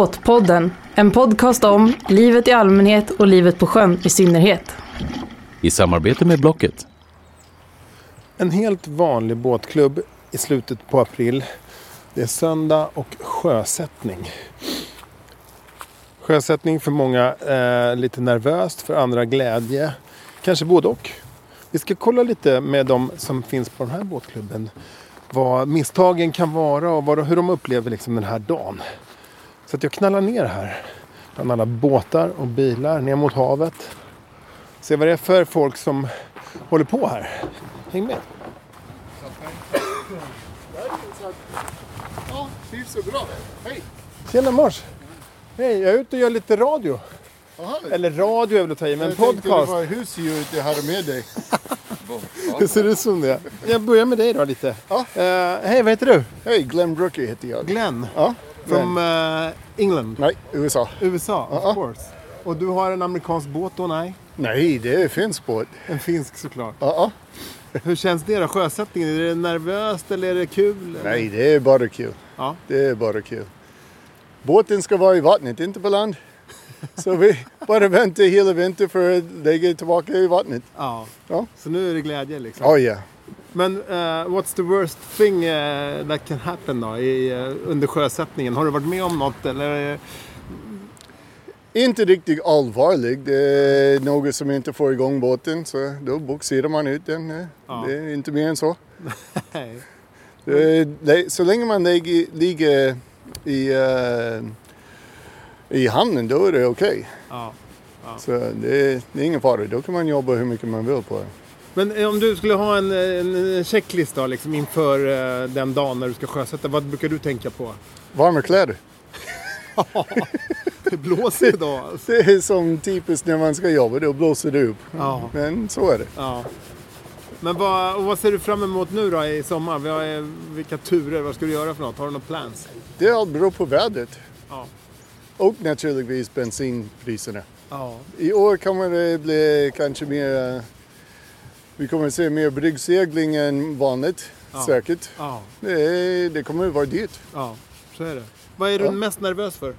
Båtpodden, en podcast om livet i allmänhet och livet på sjön i synnerhet. I samarbete med Blocket. En helt vanlig båtklubb i slutet på april. Det är söndag och sjösättning. Sjösättning för många lite nervöst, för andra glädje. Kanske både och. Vi ska kolla lite med de som finns på den här båtklubben. Vad misstagen kan vara och hur de upplever liksom den här dagen. Så att jag knallar ner här. Bland alla båtar och bilar ner mot havet. Se vad det är för folk som håller på här. Häng med. Ja, det är så bra. Hej! Tjena Mars. Hej, jag är ute och gör lite radio. Aha, Eller radio är väl att ta i, men jag tänkte podcast. det var husljud jag hade med dig. Det ser ut som det. Jag börjar med dig då lite. Ja. Hej, vad heter du? Hej, Glenn Brookie heter jag. Glenn. Ja, Från England. Nej, USA. USA, of course. Och du har en amerikansk båt då? Nej. Nej, det är finsk båt. En finsk såklart. Ja. Hur känns det då? Sjösättningen? Är det nervöst eller är det kul? Nej, det är bara kul. Ja. Det är bara kul. Båten ska vara i vattnet, inte på land. Så vi bara väntar hela vintern för att lägga tillbaka i vattnet. Ja. Ja. Så nu är det glädje liksom. Oh yeah. Men what's the worst thing that can happen då under sjösättningen? Har du varit med om något eller? Inte riktigt allvarlig. Det är något som inte får igång båten, så då boxerar man ut den. Ja. Det är inte mer än så. Nej. Så länge man ligger i hamnen, då är det okej. Ja. Så det är ingen fara. Då kan man jobba hur mycket man vill på det. Men om du skulle ha en checklist då, liksom inför den dagen när du ska sjösätta, vad brukar du tänka på? Varma kläder. Det blåser idag. Alltså. Det är som typiskt när man ska jobba, då blåser det upp. Ja. Men så är det. Ja. Men vad ser du fram emot nu då i sommar? Vilka turer, vad ska du göra för något? Har du några plans? Det allt beror på vädret. Ja. Och naturligtvis bensinpriserna. Ja. I år kommer det bli kanske mer... Vi kommer att se mer bryggsegling än vanligt, säkert. Ja. Det kommer att vara dyrt. Ja, så är det. Vad är du mest nervös för?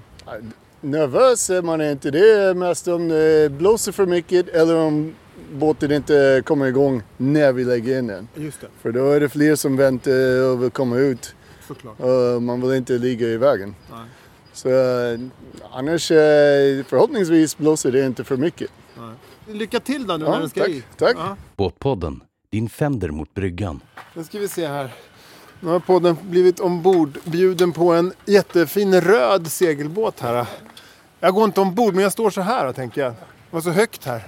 Nervös är man inte. Det är mest om det blåser för mycket eller om båten inte kommer igång när vi lägger in den. Just det, För då är det fler som väntar och vill komma ut. såklart. Och man vill inte ligga i vägen. Nej. Så annars förhoppningsvis blåser det inte för mycket. Nej. Lycka till då nu när du ska i. Tack. Ja. Båtpodden, din fender mot bryggan. Nu ska vi se här. Nu har podden blivit ombordbjuden på en jättefin röd segelbåt här. Jag går inte ombord, men jag står så här och tänker jag. Det var så högt här.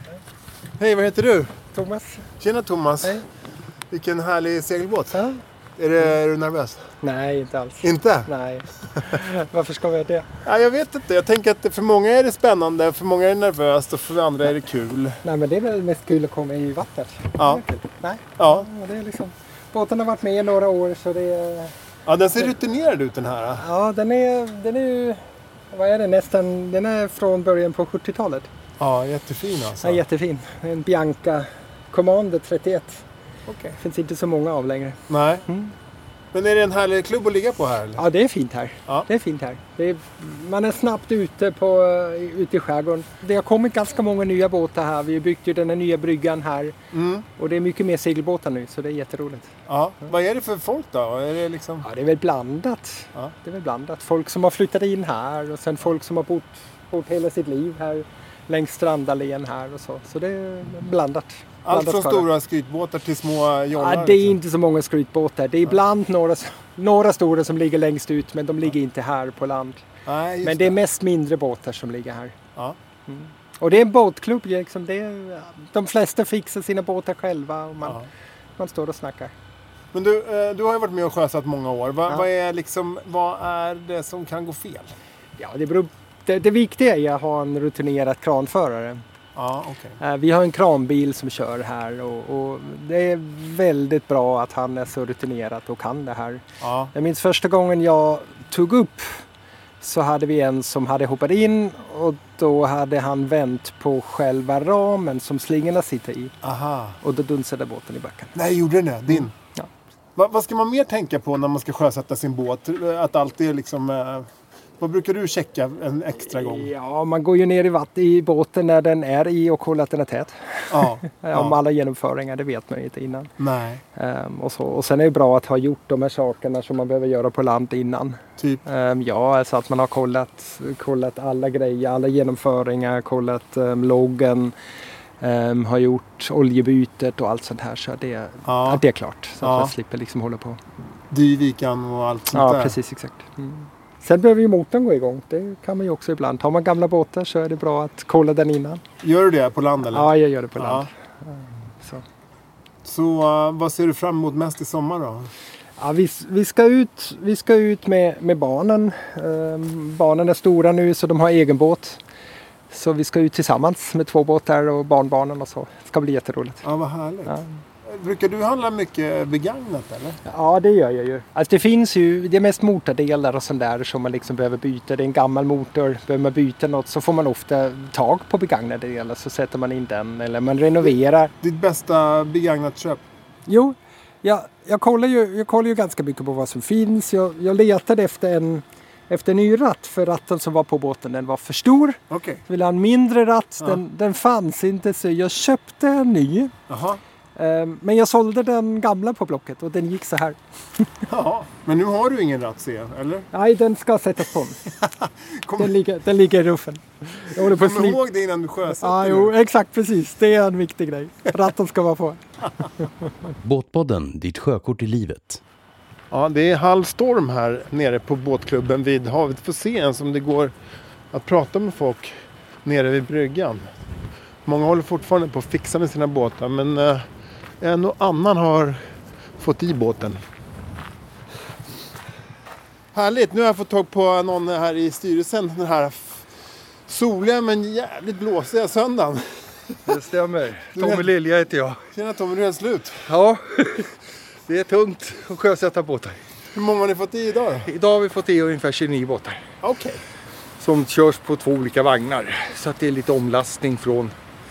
Hej, vad heter du? Thomas. Tjena Thomas. Hej. Vilken härlig segelbåt. Ja. Är du nervös? Nej, inte alls. Inte? Nej. Varför ska vi det? Ja, jag vet inte. Jag tänker att för många är det spännande, för många är det nervöst och för andra är det kul. Nej, men det är väl mest kul att komma i vattnet. Ja. Det är kul. Nej. Ja. Ja, det är liksom... Båten har varit med i några år så det är... Ja, den ser rutinerad ut den här. Ja, den är ju... Vad är det nästan? Den är från början på 70-talet. Ja, jättefin alltså. Ja, jättefin. En Bianca Commander 31. Okej. Det finns inte så många av längre. Nej. Mm. Men är det en härlig klubb att ligga på här? Eller? Ja, det är fint här. Ja. Det är fint här. Man är snabbt ute i skärgården. Det har kommit ganska många nya båtar här. Vi har byggt ju den här nya bryggan här. Mm. Och det är mycket mer segelbåtar nu, så det är jätteroligt. Ja. Vad är det för folk då? Är det liksom... Ja, det är väl blandat. Ja. Det är väl blandat. Folk som har flyttat in här och sen folk som har bott hela sitt liv här längs Strandallén här och så. Så det är blandat. Allt från stora skrytbåtar till små jollar? Ja, det är liksom. inte så många skrytbåtar. Det är ibland några stora som ligger längst ut, men de ligger inte här på land. Nej, just Men det är mest mindre båtar som ligger här. Ja. Mm. Och det är en båtklubb. Liksom. De flesta fixar sina båtar själva och man står och snackar. Men du har ju varit med och sjösatt många år. Vad är det som kan gå fel? Ja, det viktiga är att ha en rutinerad kranförare. Ja, okej. Vi har en kranbil som kör här och det är väldigt bra att han är så rutinerad och kan det här. Ja. Jag minns första gången jag tog upp så hade vi en som hade hoppat in och då hade han vänt på själva ramen som slingorna sitter i. Aha. Och då dunsade båten i backen. Nej, gjorde den det? Din? Ja. Vad ska man mer tänka på när man ska sjösätta sin båt? Att allt är liksom... Vad brukar du checka en extra gång? Ja, man går ju ner i båten när den är i och kollar att den är tät. Ja. Om alla genomföringar, det vet man ju inte innan. Nej. Och sen är det bra att ha gjort de här sakerna som man behöver göra på land innan. Typ? Ja, alltså att man har kollat alla grejer, alla genomföringar, kollat loggen, har gjort oljebytet och allt sånt här. Så att det är klart. Så att man slipper liksom hålla på. Dyvikan och allt sånt där. Ja, precis, exakt. Sen behöver ju motorn gå igång. Det kan man ju också ibland. Har man gamla båtar så är det bra att kolla den innan. Gör du det på land eller? Ja, jag gör det på land. Så vad ser du fram emot mest i sommar då? Ja, vi ska ut med barnen. Barnen är stora nu så de har egen båt. Så vi ska ut tillsammans med 2 båtar och barnbarnen och så. Det ska bli jätteroligt. Ja, vad härligt. Ja. Brukar du handla mycket begagnat eller? Ja, det gör jag ju. Alltså det finns ju, det är mest motordelar och sånt där som man liksom behöver byta. Det är en gammal motor, behöver man byta något så får man ofta tag på begagnade delar så sätter man in den eller man renoverar. Ditt bästa begagnat köp? Jo, jag kollar ju ganska mycket på vad som finns. Jag letade efter en ny ratt för ratten som var på båten, den var för stor. Okay. Jag ville ha en mindre ratt, den fanns inte så jag köpte en ny. Jaha. Men jag sålde den gamla på Blocket och den gick så här. Ja, men nu har du ingen ratt ser eller? Nej, den ska sättas på. Den ligger i ruffen. Jag håller på att Kom ihåg det innan du sjösätter. Ja, jo, exakt precis. Det är en viktig grej. Ratten ska vara på. Båtpodden, ditt sjökort i livet. Ja, det är halv storm här nere på båtklubben vid havet. Får se ens om det går att prata med folk nere vid bryggan. Många håller fortfarande på att fixa med sina båtar men en och annan har fått i båten. Härligt, nu har jag fått tag på någon här i styrelsen den här soliga men jävligt blåsiga söndagen. Det stämmer. Tommy Lilja heter jag. Tjena Tommy, du är helt slut. Ja, det är tungt att sjösätta båtar. Hur många har ni fått i idag då? Idag har vi fått i ungefär 29 båtar. Okej. Som körs på 2 olika vagnar. Så att det är lite omlastning från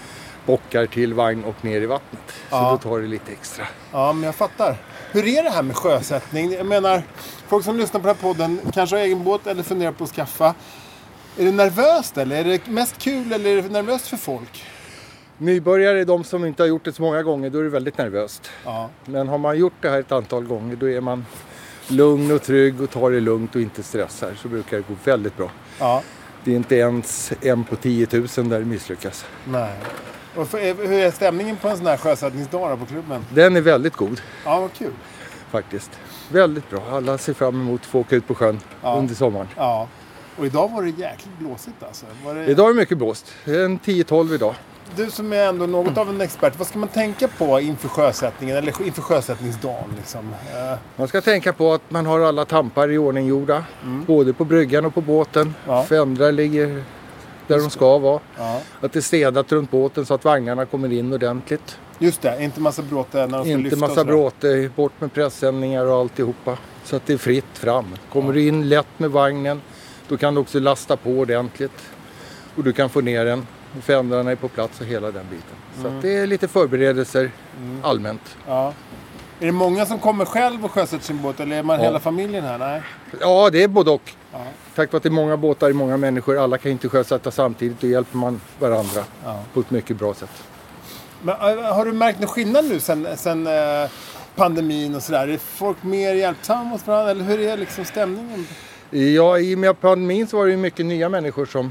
bockar till vagn och ner i vattnet. Så då tar det lite extra. Ja, men jag fattar. Hur är det här med sjösättning? Jag menar, folk som lyssnar på den här podden kanske har egen båt eller funderar på att skaffa. Är det nervöst eller? Är det mest kul eller är det nervöst för folk? Nybörjare är de som inte har gjort det så många gånger, då är det väldigt nervöst. Ja. Men har man gjort det här ett antal gånger, då är man lugn och trygg och tar det lugnt och inte stressar. Så brukar det gå väldigt bra. Ja. Det är inte ens 1 på 10 000 där det misslyckas. Nej. Och hur är stämningen på en sån här sjösättningsdag på klubben? Den är väldigt god. Ja, vad kul. Faktiskt. Väldigt bra. Alla ser fram emot att få åka ut på sjön under sommaren. Ja. Och idag var det jäkligt blåsigt alltså. Idag är det mycket blåst. Det är en 10-12 idag. Du som är ändå något av en expert, vad ska man tänka på inför sjösättningen eller inför sjösättningsdagen liksom? Man ska tänka på att man har alla tampar i ordning gjorda. Både på bryggan och på båten. Ja. Fändrar ligger där de ska vara. Ja. Att det är städat runt båten så att vagnarna kommer in ordentligt. Just det, inte massa bråte när de ska Inte lyfta. massa bråte, bort med pressändningar och alltihopa. Så att det är fritt fram. Kommer du in lätt med vagnen, då kan du också lasta på ordentligt. Och du kan få ner den. Fändrarna är på plats och hela den biten. Så att det är lite förberedelser allmänt. Ja. Är det många som kommer själv och sjösätter sin båt eller är man hela familjen här? Nej. Ja, det är både och. Ja. Tack vare att det är många båtar, många människor. Alla kan inte sjösätta samtidigt. Då hjälper man varandra på ett mycket bra sätt. Men har du märkt någon skillnad nu sen pandemin och sådär? Är folk mer hjälpsamma mot varandra eller hur är liksom stämningen? Ja, i och med pandemin så var det ju mycket nya människor som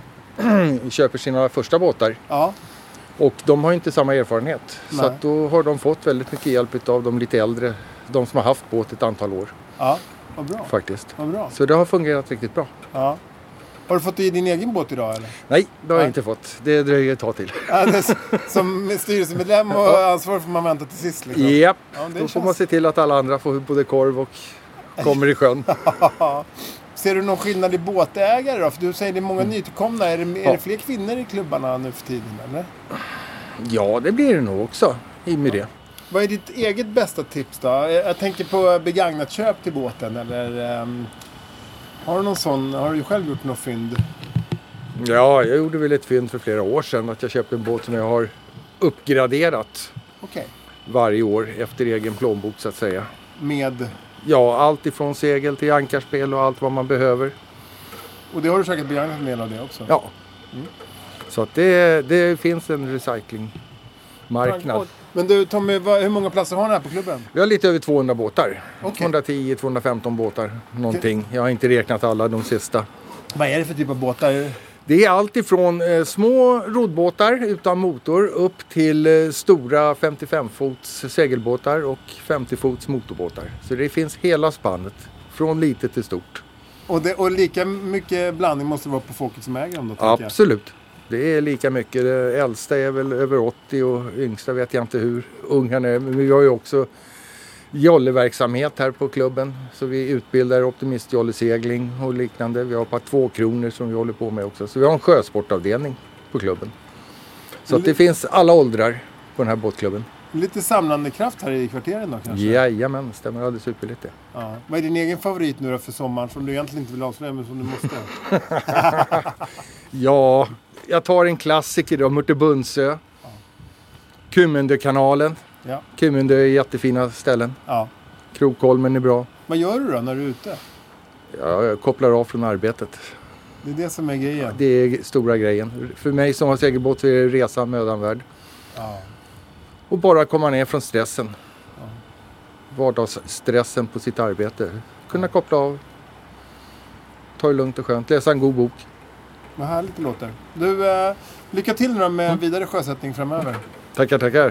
köper sina första båtar. Ja. Och de har inte samma erfarenhet. Nej. Så att då har de fått väldigt mycket hjälp av de lite äldre. De som har haft båt ett antal år. Ja, vad bra. Faktiskt. Vad bra. Så det har fungerat riktigt bra. Ja. Har du fått i din egen båt idag eller? Nej, det har jag inte fått. Det dröjer ett tag till. Ja, som styrelsemedlem och ansvarig får man vänta till sist liksom. Japp, Ja, det då får man se till att alla andra får både korv och kommer i sjön. Ser du någon skillnad i båtägare då? För du säger det är många nytillkomna. Är det fler kvinnor i klubbarna nu för tiden eller? Ja, det blir det nog också i med det. Vad är ditt eget bästa tips då? Jag tänker på begagnat köp till båten eller har du någon sån? Har du själv gjort något fynd? Ja, jag gjorde väl ett fynd för flera år sedan att jag köpte en båt som jag har uppgraderat Okej. varje år efter egen plånbok så att säga. Med? Ja, allt ifrån segel till ankarspel och allt vad man behöver. Och det har du säkert begagnat en del av det också? Ja. Så att det finns en recyclingmarknad. Men du Tommy, hur många platser har ni här på klubben? Vi har lite över 200 båtar. Okej. 210-215 båtar någonting. Jag har inte räknat alla de sista. Vad är det för typ av båtar? Det är allt ifrån små roddbåtar utan motor upp till stora 55-fots segelbåtar och 50-fots motorbåtar. Så det finns hela spannet, från litet till stort. Och lika mycket blandning måste det vara på folket som äger dem då? tänker jag. Absolut. Det är lika mycket. Det äldsta är väl över 80 och yngsta vet jag inte hur ungarna är. Men vi har ju också jolleverksamhet här på klubben. Så vi utbildar optimistjollesegling och liknande. Vi har ett par 2 kronor som vi håller på med också. Så vi har en sjösportavdelning på klubben. Så att det finns alla åldrar på den här båtklubben. Lite samlande kraft här i kvarteren då kanske? Jajamän, stämmer alldeles superligt det. Ja. Vad är din egen favorit nu då för sommaren som du egentligen inte vill avslöja men som du måste? Ja, jag tar en klassiker då, Mörtebundsö. Kumundökanalen. Ja. Kumundö är jättefina ställen. Ja. Krokholmen är bra. Vad gör du då när du är ute? Jag kopplar av från arbetet. Det är det som är grejen. Det är stora grejen. För mig som har segelbåt så är det resa mödan värd. Ja. Och bara komma ner från stressen. Vardagsstressen på sitt arbete. Kunna koppla av. Ta det lugnt och skönt. Läsa en god bok. Vad härligt det låter. Du, lycka till nu med vidare sjösättning framöver. Tackar.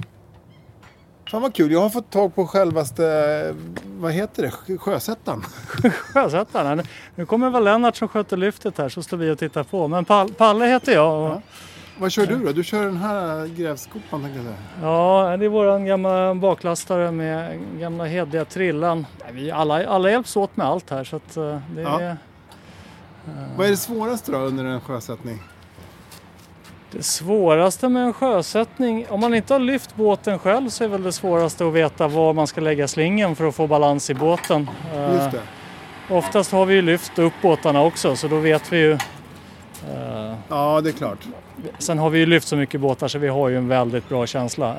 Fan vad kul, jag har fått tag på självaste, vad heter det, sjösättaren. Sjösättaren. Nu kommer väl Lennart som sköter lyftet här så står vi och tittar på. Men Palle heter jag. Och... Ja. Vad kör du då? Du kör den här grävskopan tänkte jag säga. Ja, det är våran gamla baklastare med gamla hediga trillan. Vi alla hjälps åt med allt här så att det är... Vad är det svåraste då under en sjösättning? Det svåraste med en sjösättning, om man inte har lyft båten själv så är väl det svåraste att veta var man ska lägga slingen för att få balans i båten. Just det. Oftast har vi ju lyft upp båtarna också så då vet vi ju... Ja, det är klart. Sen har vi ju lyft så mycket båtar så vi har ju en väldigt bra känsla.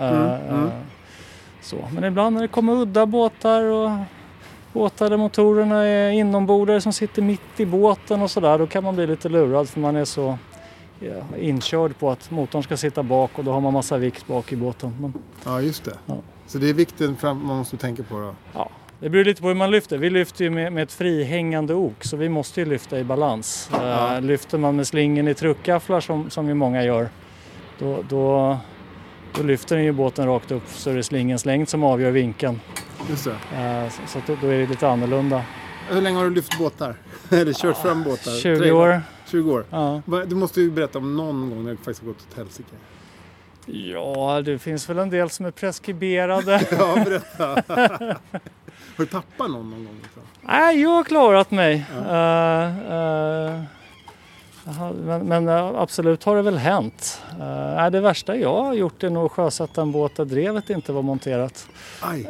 Så. Men ibland när det kommer udda båtar och båtar där motorerna är inombordare som sitter mitt i båten och sådär, då kan man bli lite lurad för man är så inkörd på att motorn ska sitta bak och då har man massa vikt bak i båten. Men, ja, just det. Ja. Så det är vikten man måste tänka på då? Ja, det beror lite på hur man lyfter. Vi lyfter ju med ett frihängande ok så vi måste ju lyfta i balans. Lyfter man med slingen i truckgafflar som ju många gör, då lyfter den ju båten rakt upp så är det slingens längd som avgör vinkeln. Just det. Så då är det lite annorlunda. Hur länge har du lyft båtar? Eller kört fram båtar? 20 år. 20 år? Ja. Du måste ju berätta om någon gång när det faktiskt har gått åt helsike. Ja, det finns väl en del som är preskriberade. Ja, berätta. Har du tappat någon gång? Liksom? Nej, jag har klarat mig. Ja. Men absolut har det väl hänt. Det värsta jag har gjort är nog att sjösätta en båt där drevet inte var monterat. Aj.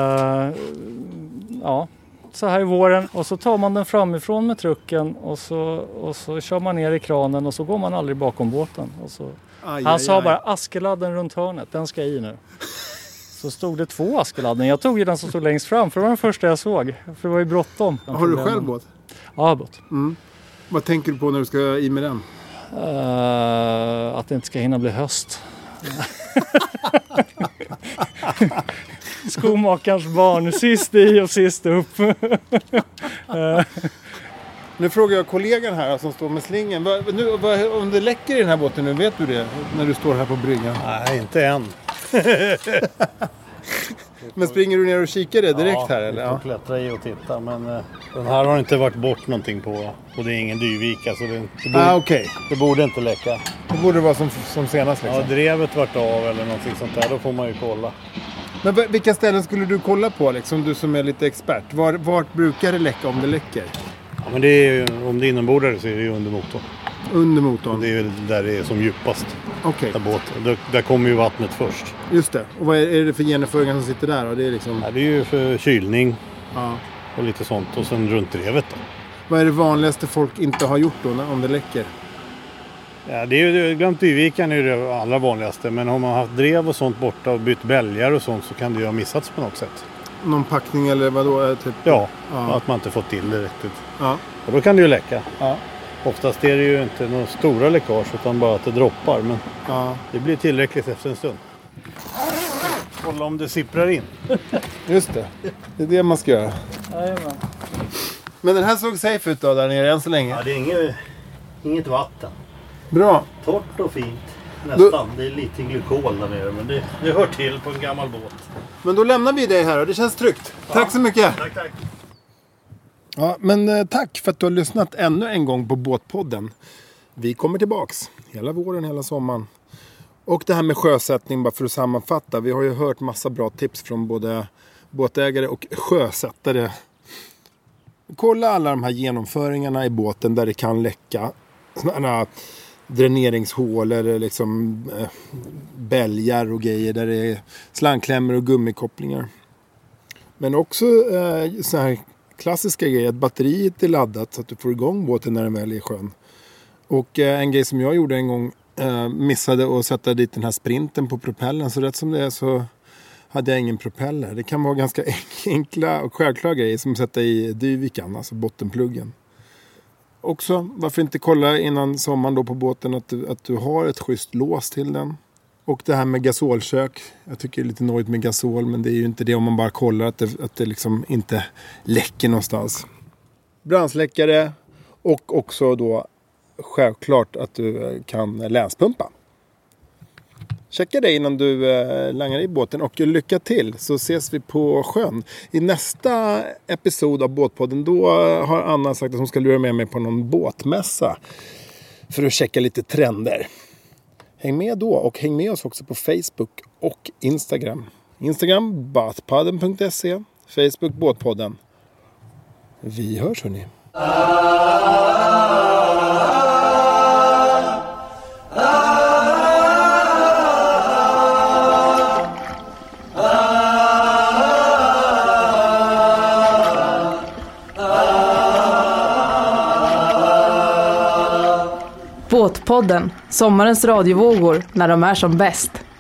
Ja, så här i våren. Och så tar man den framifrån med trucken och så kör man ner i kranen och så går man aldrig bakom båten. Och så... Han sa bara askeladden runt hörnet, den ska i nu. Så stod det 2 askeladden. Jag tog ju den som stod längst fram för det var den första jag såg. För det var ju bråttom. Har du själv båt? Ja, jag har båt. Mm. Vad tänker du på när du ska i med den? Att det inte ska hinna bli höst. Skomakarens barn, sist i och sist upp. Nu frågar jag kollegan här som står med slingen. Om det läcker i den här båten nu, vet du det? När du står här på bryggan. Nej, inte än. Men springer du ner och kikar det direkt här eller? Ja, klättra i och titta. Men den här har inte varit bort någonting på. Och det är ingen dyvika så det borde inte läcka. Det borde vara som senast liksom. Ja, drevet varit av eller någonting sånt där. Då får man ju kolla. Men vilka ställen skulle du kolla på liksom, du som är lite expert? Vart brukar det läcka om det läcker? Ja, men det är ju, om det är inombordare så är det ju under motorn. Under motorn? Och det är väl där det är som djupast. Okej. Där kommer ju vattnet först. Just det. Och vad är det för genomföringar som sitter där? Och det är liksom... Ja, det är ju för kylning ja. Och lite sånt. Och sen runt drevet då. Vad är det vanligaste folk inte har gjort då om det läcker? Ja, det är ju glömt dyvikan är ju det allra vanligaste. Men har man haft drev och sånt borta och bytt bälgar och sånt så kan det ju ha missats på något sätt. Någon packning eller vadå? Typ... Ja, att man inte fått till det riktigt. Ja. Och då kan det ju läcka. Ja. Oftast är det ju inte några stora läckage utan bara att det droppar. Men det blir tillräckligt efter en stund. Kolla om det sipprar in. Just det. Det är det man ska göra. Jajamän. Men den här såg safe ut då där nere än så länge. Ja, det är inget vatten. Bra. Torrt och fint. Nästan. Det är lite glykol där nere, men det hör till på en gammal båt. Men då lämnar vi dig här och det känns tryggt. Tack så mycket. Tack. Ja, men tack för att du har lyssnat ännu en gång på Båtpodden. Vi kommer tillbaks hela våren, hela sommaren. Och det här med sjösättning, bara för att sammanfatta. Vi har ju hört massa bra tips från både båtägare och sjösättare. Kolla alla de här genomföringarna i båten där det kan läcka. Sådana dräneringshål eller liksom bälgar och grejer där det är slangklämmor och gummikopplingar. Men också så här klassiska grejer, att batteriet är laddat så att du får igång båten när den väl är i sjön. Och en grej som jag gjorde en gång, missade att sätta dit den här sprinten på propellen, så rätt som det är så hade jag ingen propeller. Det kan vara ganska enkla och självklara grejer som att sätta i dyvikan, alltså bottenpluggen. Också, varför inte kolla innan sommaren då på båten att du har ett schysst lås till den. Och det här med gasolkök. Jag tycker det är lite nöjt med gasol, men det är ju inte det om man bara kollar att det liksom inte läcker någonstans. Brandsläckare och också då självklart att du kan länspumpa. Checka det innan du langar i båten och lycka till, så ses vi på sjön. I nästa episod av Båtpodden då har Anna sagt att hon ska lura med mig på någon båtmässa för att checka lite trender. Häng med då och häng med oss också på Facebook och Instagram. Instagram båtpodden.se, Facebook Båtpodden. Vi hörs hörni. Båtpodden, sommarens radiovågor när de är som bäst.